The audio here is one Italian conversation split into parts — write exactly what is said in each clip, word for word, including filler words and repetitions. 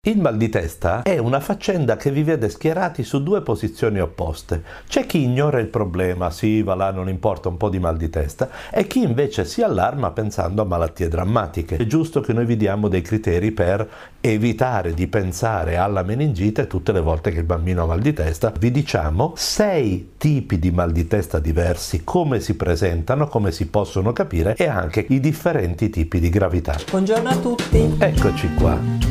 Il mal di testa è una faccenda che vi vede schierati su due posizioni opposte. C'è chi ignora il problema, sì, va là, non importa, un po' di mal di testa, e chi invece si allarma pensando a malattie drammatiche. È giusto che noi vi diamo dei criteri per evitare di pensare alla meningite tutte le volte che il bambino ha mal di testa. Vi diciamo sei tipi di mal di testa diversi, come si presentano, come si possono capire e anche i differenti tipi di gravità. Buongiorno a tutti! Eccoci qua!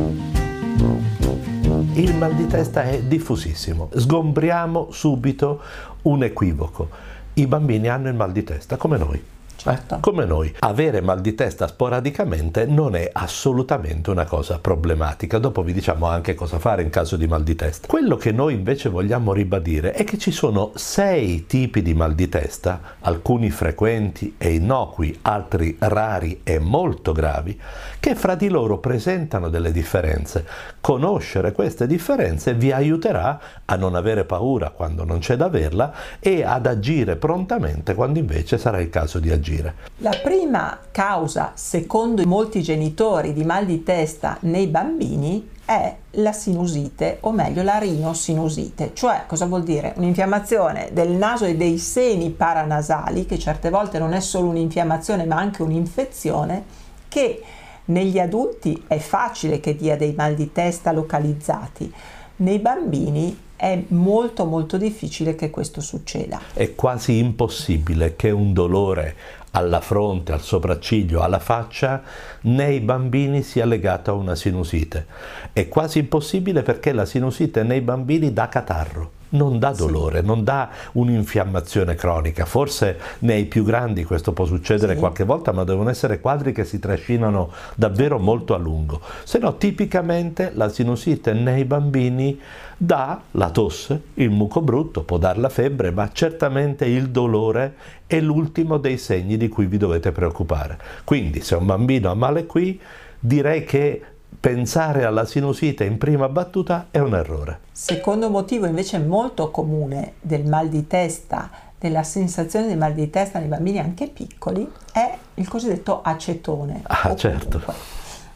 Il mal di testa è diffusissimo. Sgombriamo subito un equivoco. I bambini hanno il mal di testa come noi. Certo. Eh? Come noi. Avere mal di testa sporadicamente non è assolutamente una cosa problematica. Dopo vi diciamo anche cosa fare in caso di mal di testa. Quello che noi invece vogliamo ribadire è che ci sono sei tipi di mal di testa, alcuni frequenti e innocui, altri rari e molto gravi, che fra di loro presentano delle differenze. Conoscere queste differenze vi aiuterà a non avere paura quando non c'è da averla e ad agire prontamente quando invece sarà il caso di agire. La prima causa, secondo molti genitori, di mal di testa nei bambini è la sinusite, o meglio la rinosinusite. Cioè, cosa vuol dire? Un'infiammazione del naso e dei seni paranasali, che certe volte non è solo un'infiammazione ma anche un'infezione, che negli adulti è facile che dia dei mal di testa localizzati. Nei bambini è molto molto difficile che questo succeda. È quasi impossibile che un dolore alla fronte, al sopracciglio, alla faccia, nei bambini sia legato a una sinusite. È quasi impossibile perché la sinusite nei bambini dà catarro. Non dà dolore, sì. Non dà un'infiammazione cronica. Forse nei più grandi questo può succedere, sì, qualche volta, ma devono essere quadri che si trascinano davvero molto a lungo. Se no, tipicamente la sinusite nei bambini dà la tosse, il muco brutto, può dar la febbre, ma certamente il dolore è l'ultimo dei segni di cui vi dovete preoccupare. Quindi se un bambino ha male qui, direi che pensare alla sinusite in prima battuta è un errore. Secondo motivo invece molto comune del mal di testa, della sensazione di mal di testa nei bambini anche piccoli, è il cosiddetto acetone. Ah, certo.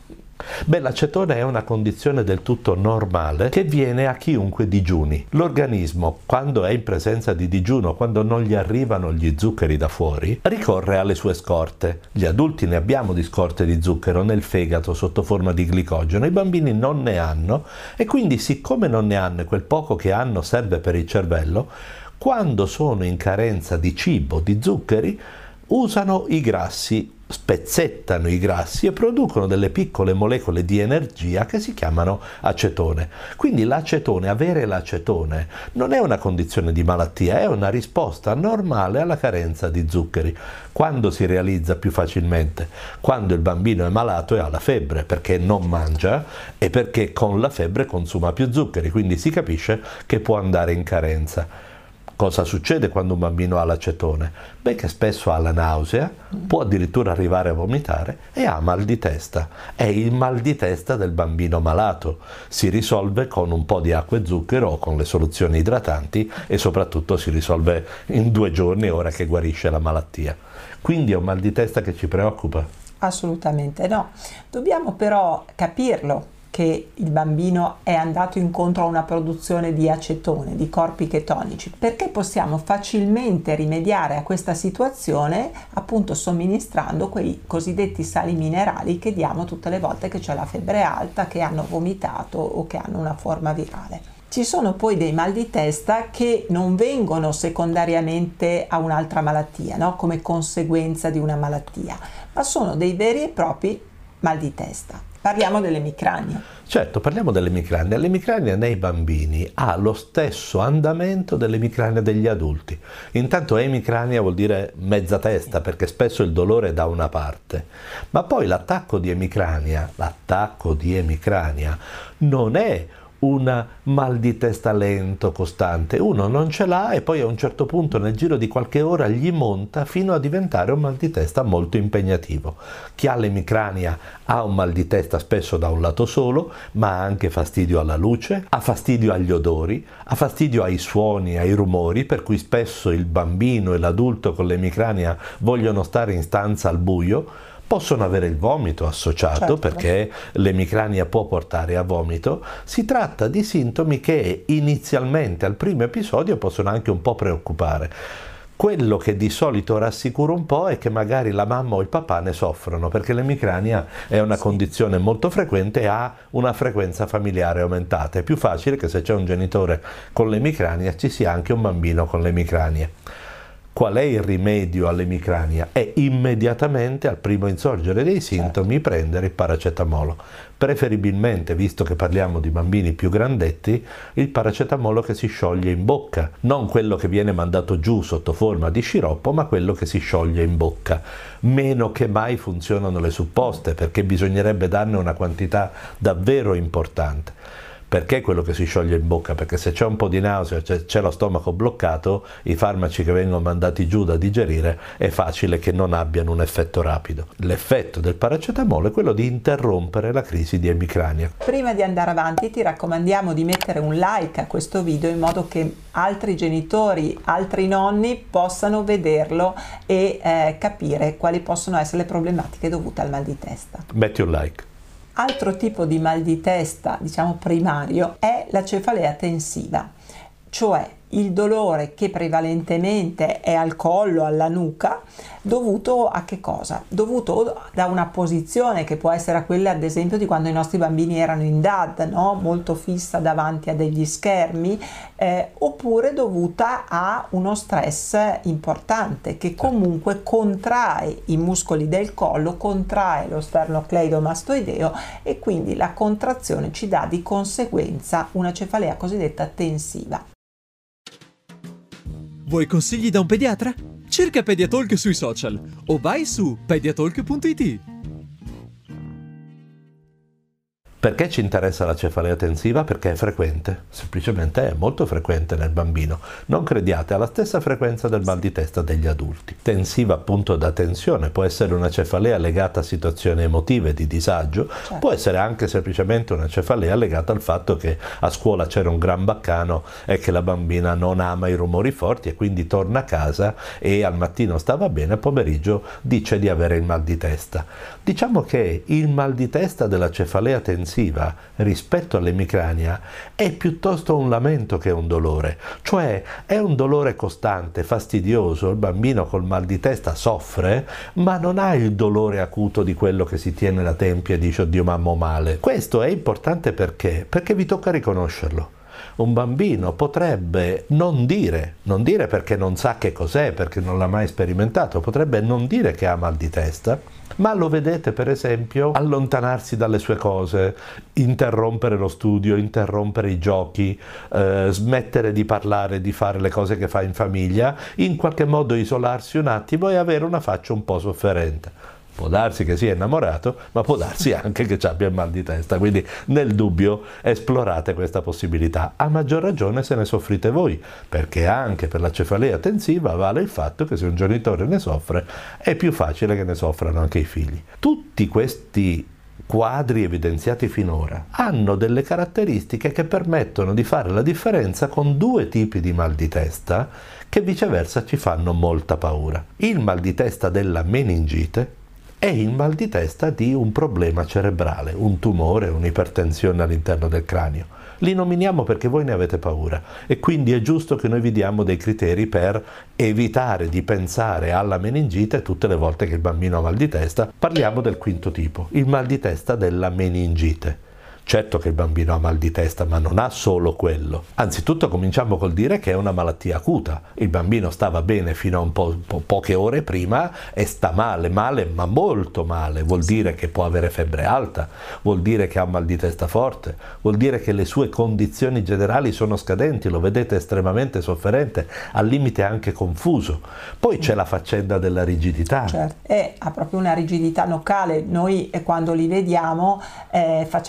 Beh, l'acetone è una condizione del tutto normale che viene a chiunque digiuni. L'organismo, quando è in presenza di digiuno, quando non gli arrivano gli zuccheri da fuori, ricorre alle sue scorte. Gli adulti ne abbiamo di scorte di zucchero nel fegato sotto forma di glicogeno, i bambini non ne hanno e quindi, siccome non ne hanno e quel poco che hanno serve per il cervello, quando sono in carenza di cibo, di zuccheri, usano i grassi, spezzettano i grassi e producono delle piccole molecole di energia che si chiamano acetone. Quindi l'acetone, avere l'acetone, non è una condizione di malattia, è una risposta normale alla carenza di zuccheri. Quando si realizza più facilmente? Quando il bambino è malato e ha la febbre, perché non mangia e perché con la febbre consuma più zuccheri, quindi si capisce che può andare in carenza. Cosa succede quando un bambino ha l'acetone? Beh, che spesso ha la nausea, può addirittura arrivare a vomitare e ha mal di testa. È il mal di testa del bambino malato. Si risolve con un po' di acqua e zucchero o con le soluzioni idratanti e soprattutto si risolve in due giorni ora che guarisce la malattia. Quindi è un mal di testa che ci preoccupa? Assolutamente no. Dobbiamo però capirlo che il bambino è andato incontro a una produzione di acetone, di corpi chetonici, perché possiamo facilmente rimediare a questa situazione appunto somministrando quei cosiddetti sali minerali che diamo tutte le volte che c'è la febbre alta, che hanno vomitato o che hanno una forma virale. Ci sono poi dei mal di testa che non vengono secondariamente a un'altra malattia, no? Come conseguenza di una malattia, ma sono dei veri e propri mal di testa. Parliamo dell'emicrania. Certo, parliamo dell'emicrania. L'emicrania nei bambini ha lo stesso andamento dell'emicrania degli adulti. Intanto emicrania vuol dire mezza testa, perché spesso il dolore è da una parte. Ma poi l'attacco di emicrania, l'attacco di emicrania non è un mal di testa lento, costante. Uno non ce l'ha e poi a un certo punto nel giro di qualche ora gli monta fino a diventare un mal di testa molto impegnativo. Chi ha l'emicrania ha un mal di testa spesso da un lato solo, ma ha anche fastidio alla luce, ha fastidio agli odori, ha fastidio ai suoni, ai rumori, per cui spesso il bambino e l'adulto con l'emicrania vogliono stare in stanza al buio, Possono avere il vomito associato, certo, perché l'emicrania può portare a vomito. Si tratta di sintomi che inizialmente al primo episodio possono anche un po' preoccupare. Quello che di solito rassicura un po' è che magari la mamma o il papà ne soffrono, perché l'emicrania è una sì. condizione molto frequente e ha una frequenza familiare aumentata. È più facile che se c'è un genitore con l'emicrania ci sia anche un bambino con l'emicrania. Qual è il rimedio all'emicrania? È immediatamente al primo insorgere dei sintomi prendere il paracetamolo. Preferibilmente, visto che parliamo di bambini più grandetti, il paracetamolo che si scioglie in bocca, non quello che viene mandato giù sotto forma di sciroppo, ma quello che si scioglie in bocca. Meno che mai funzionano le supposte, perché bisognerebbe darne una quantità davvero importante. Perché quello che si scioglie in bocca? Perché se c'è un po' di nausea, c'è lo stomaco bloccato, i farmaci che vengono mandati giù da digerire è facile che non abbiano un effetto rapido. L'effetto del paracetamolo è quello di interrompere la crisi di emicrania. Prima di andare avanti ti raccomandiamo di mettere un like a questo video in modo che altri genitori, altri nonni possano vederlo e eh, capire quali possono essere le problematiche dovute al mal di testa. Metti un like. Altro tipo di mal di testa, diciamo primario, è la cefalea tensiva, cioè il dolore che prevalentemente è al collo, alla nuca, dovuto a che cosa? Dovuto da una posizione che può essere quella, ad esempio, di quando i nostri bambini erano in D A D, no? Molto fissa davanti a degli schermi, eh, oppure dovuta a uno stress importante che comunque contrae i muscoli del collo, contrae lo sternocleidomastoideo e quindi la contrazione ci dà di conseguenza una cefalea cosiddetta tensiva. Vuoi consigli da un pediatra? Cerca Pediatalk sui social o vai su pediatalk punto it. Perché ci interessa la cefalea tensiva? Perché è frequente, semplicemente è molto frequente nel bambino. Non crediate, ha la stessa frequenza del mal di testa degli adulti. Tensiva appunto da tensione, può essere una cefalea legata a situazioni emotive di disagio, certo. Può essere anche semplicemente una cefalea legata al fatto che a scuola c'era un gran baccano e che la bambina non ama i rumori forti e quindi torna a casa e al mattino stava bene, al pomeriggio dice di avere il mal di testa. Diciamo che il mal di testa della cefalea tensiva rispetto all'emicrania è piuttosto un lamento che un dolore, cioè è un dolore costante, fastidioso. Il bambino col mal di testa soffre, ma non ha il dolore acuto di quello che si tiene la tempia e dice oddio mamma male. Questo è importante perché? Perché vi tocca riconoscerlo. Un bambino potrebbe non dire, non dire perché non sa che cos'è, perché non l'ha mai sperimentato, potrebbe non dire che ha mal di testa, ma lo vedete per esempio allontanarsi dalle sue cose, interrompere lo studio, interrompere i giochi, eh, smettere di parlare, di fare le cose che fa in famiglia, in qualche modo isolarsi un attimo e avere una faccia un po' sofferente. Può darsi che sia innamorato, ma può darsi anche che ci abbia il mal di testa, quindi nel dubbio esplorate questa possibilità. A maggior ragione se ne soffrite voi, perché anche per la cefalea tensiva vale il fatto che se un genitore ne soffre è più facile che ne soffrano anche i figli. Tutti questi quadri evidenziati finora hanno delle caratteristiche che permettono di fare la differenza con due tipi di mal di testa che viceversa ci fanno molta paura. Il mal di testa della meningite è il mal di testa di un problema cerebrale, un tumore, un'ipertensione all'interno del cranio. Li nominiamo perché voi ne avete paura e quindi è giusto che noi vi diamo dei criteri per evitare di pensare alla meningite tutte le volte che il bambino ha mal di testa. Parliamo del quinto tipo, il mal di testa della meningite. Certo che il bambino ha mal di testa, ma non ha solo quello. Anzitutto cominciamo col dire che è una malattia acuta. Il bambino stava bene fino a un po', po poche ore prima e sta male, male, ma molto male. Vuol dire che può avere febbre alta, vuol dire che ha mal di testa forte, vuol dire che le sue condizioni generali sono scadenti, lo vedete estremamente sofferente, al limite anche confuso. Poi c'è la faccenda della rigidità. Certo, e ha proprio una rigidità nocale. Noi eh, quando li vediamo eh, facciamo fare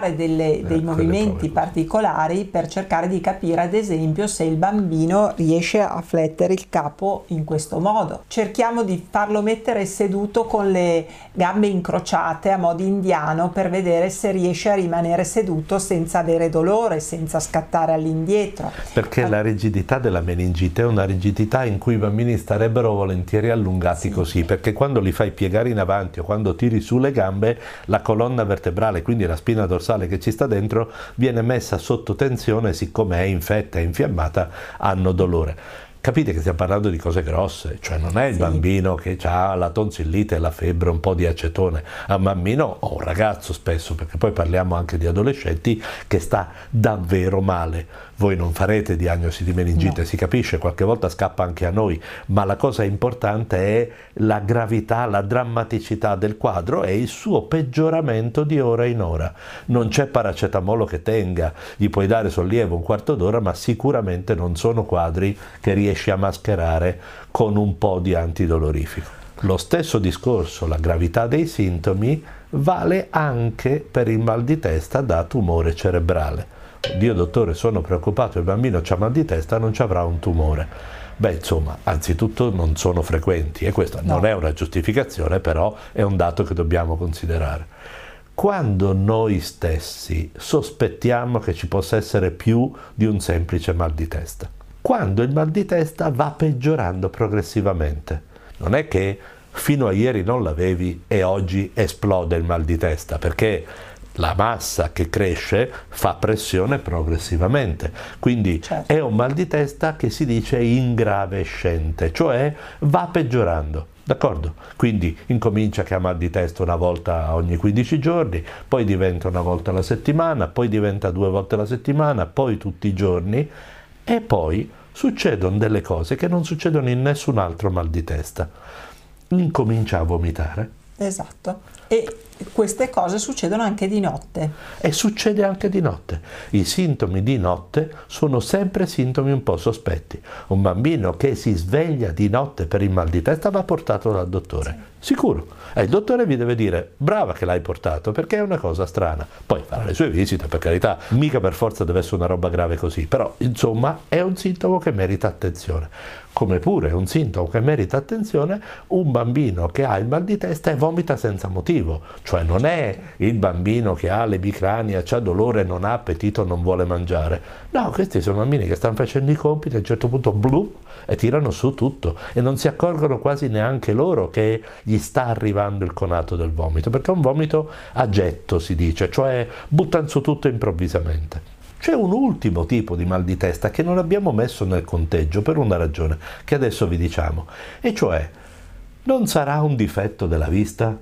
fare delle, dei Eh, movimenti particolari per cercare di capire, ad esempio, se il bambino riesce a flettere il capo in questo modo. Cerchiamo di farlo mettere seduto con le gambe incrociate a mo' di indiano per vedere se riesce a rimanere seduto senza avere dolore, senza scattare all'indietro. Perché la rigidità della meningite è una rigidità in cui i bambini starebbero volentieri allungati, sì, così, perché quando li fai piegare in avanti o quando tiri su le gambe, la colonna vertebrale, quindi la spina dorsale che ci sta dentro, viene messa sotto tensione, siccome è infetta e infiammata, hanno dolore. Capite che stiamo parlando di cose grosse, cioè non è il, sì, bambino che ha la tonsillite, la febbre, un po' di acetone, è un bambino o un ragazzo spesso, perché poi parliamo anche di adolescenti, che sta davvero male. Voi non farete diagnosi di meningite, no, si capisce, qualche volta scappa anche a noi, ma la cosa importante è la gravità, la drammaticità del quadro e il suo peggioramento di ora in ora. Non c'è paracetamolo che tenga, gli puoi dare sollievo un quarto d'ora, ma sicuramente non sono quadri che riesci a mascherare con un po' di antidolorifico. Lo stesso discorso, la gravità dei sintomi, vale anche per il mal di testa da tumore cerebrale. Dio dottore, sono preoccupato, il bambino ha mal di testa, non ci avrà un tumore. Beh, insomma, anzitutto non sono frequenti e questa no. non è una giustificazione, però è un dato che dobbiamo considerare. Quando noi stessi sospettiamo che ci possa essere più di un semplice mal di testa, quando il mal di testa va peggiorando progressivamente, non è che fino a ieri non l'avevi e oggi esplode il mal di testa, perché la massa che cresce fa pressione progressivamente, quindi certo. è un mal di testa che si dice ingravescente, cioè va peggiorando, d'accordo? Quindi incomincia che ha mal di testa una volta ogni quindici giorni, poi diventa una volta alla settimana, poi diventa due volte alla settimana, poi tutti i giorni, e poi succedono delle cose che non succedono in nessun altro mal di testa. Incomincia a vomitare. Esatto. E queste cose succedono anche di notte. E succede anche di notte. I sintomi di notte sono sempre sintomi un po' sospetti. Un bambino che si sveglia di notte per il mal di testa va portato dal dottore. Sì. Sicuro. E il dottore vi deve dire: brava che l'hai portato, perché è una cosa strana. Poi farà le sue visite, per carità, mica per forza deve essere una roba grave così, però insomma è un sintomo che merita attenzione. Come pure è un sintomo che merita attenzione un bambino che ha il mal di testa e vomita senza motivo, cioè non è il bambino che ha l'emicrania, ha dolore, non ha appetito, non vuole mangiare. No, questi sono bambini che stanno facendo i compiti e a un certo punto blu e tirano su tutto e non si accorgono quasi neanche loro che gli sta arrivando il conato del vomito, perché è un vomito a getto, si dice, cioè buttano su tutto improvvisamente. C'è un ultimo tipo di mal di testa che non abbiamo messo nel conteggio per una ragione che adesso vi diciamo, e cioè non sarà un difetto della vista?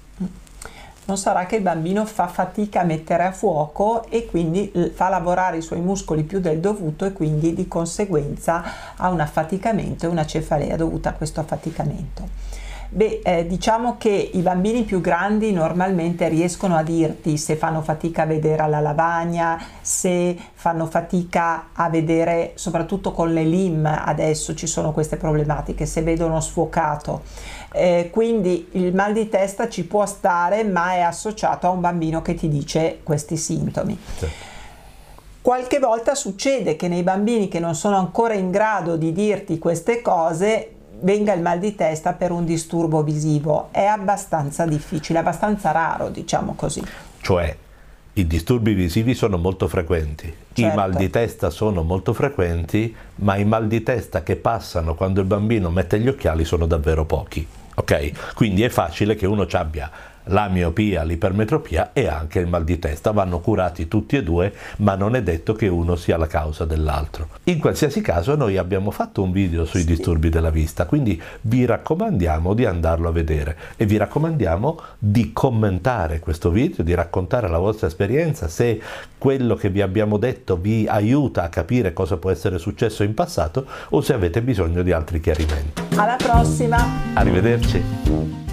Non sarà che il bambino fa fatica a mettere a fuoco e quindi fa lavorare i suoi muscoli più del dovuto e quindi di conseguenza ha un affaticamento e una cefalea dovuta a questo affaticamento. Beh, eh, diciamo che i bambini più grandi normalmente riescono a dirti se fanno fatica a vedere alla lavagna, se fanno fatica a vedere, soprattutto con le L I M adesso ci sono queste problematiche, se vedono sfocato. Eh, quindi il mal di testa ci può stare, ma è associato a un bambino che ti dice questi sintomi. Sì. Qualche volta succede che nei bambini che non sono ancora in grado di dirti queste cose venga il mal di testa per un disturbo visivo. È abbastanza difficile, abbastanza raro, diciamo così. Cioè, i disturbi visivi sono molto frequenti, certo. I mal di testa sono molto frequenti, ma i mal di testa che passano quando il bambino mette gli occhiali sono davvero pochi, ok? Quindi è facile che uno ci abbia la miopia, l'ipermetropia e anche il mal di testa, vanno curati tutti e due, ma non è detto che uno sia la causa dell'altro. In qualsiasi caso noi abbiamo fatto un video sui sì. disturbi della vista, quindi vi raccomandiamo di andarlo a vedere e vi raccomandiamo di commentare questo video, di raccontare la vostra esperienza, se quello che vi abbiamo detto vi aiuta a capire cosa può essere successo in passato o se avete bisogno di altri chiarimenti. Alla prossima! Arrivederci!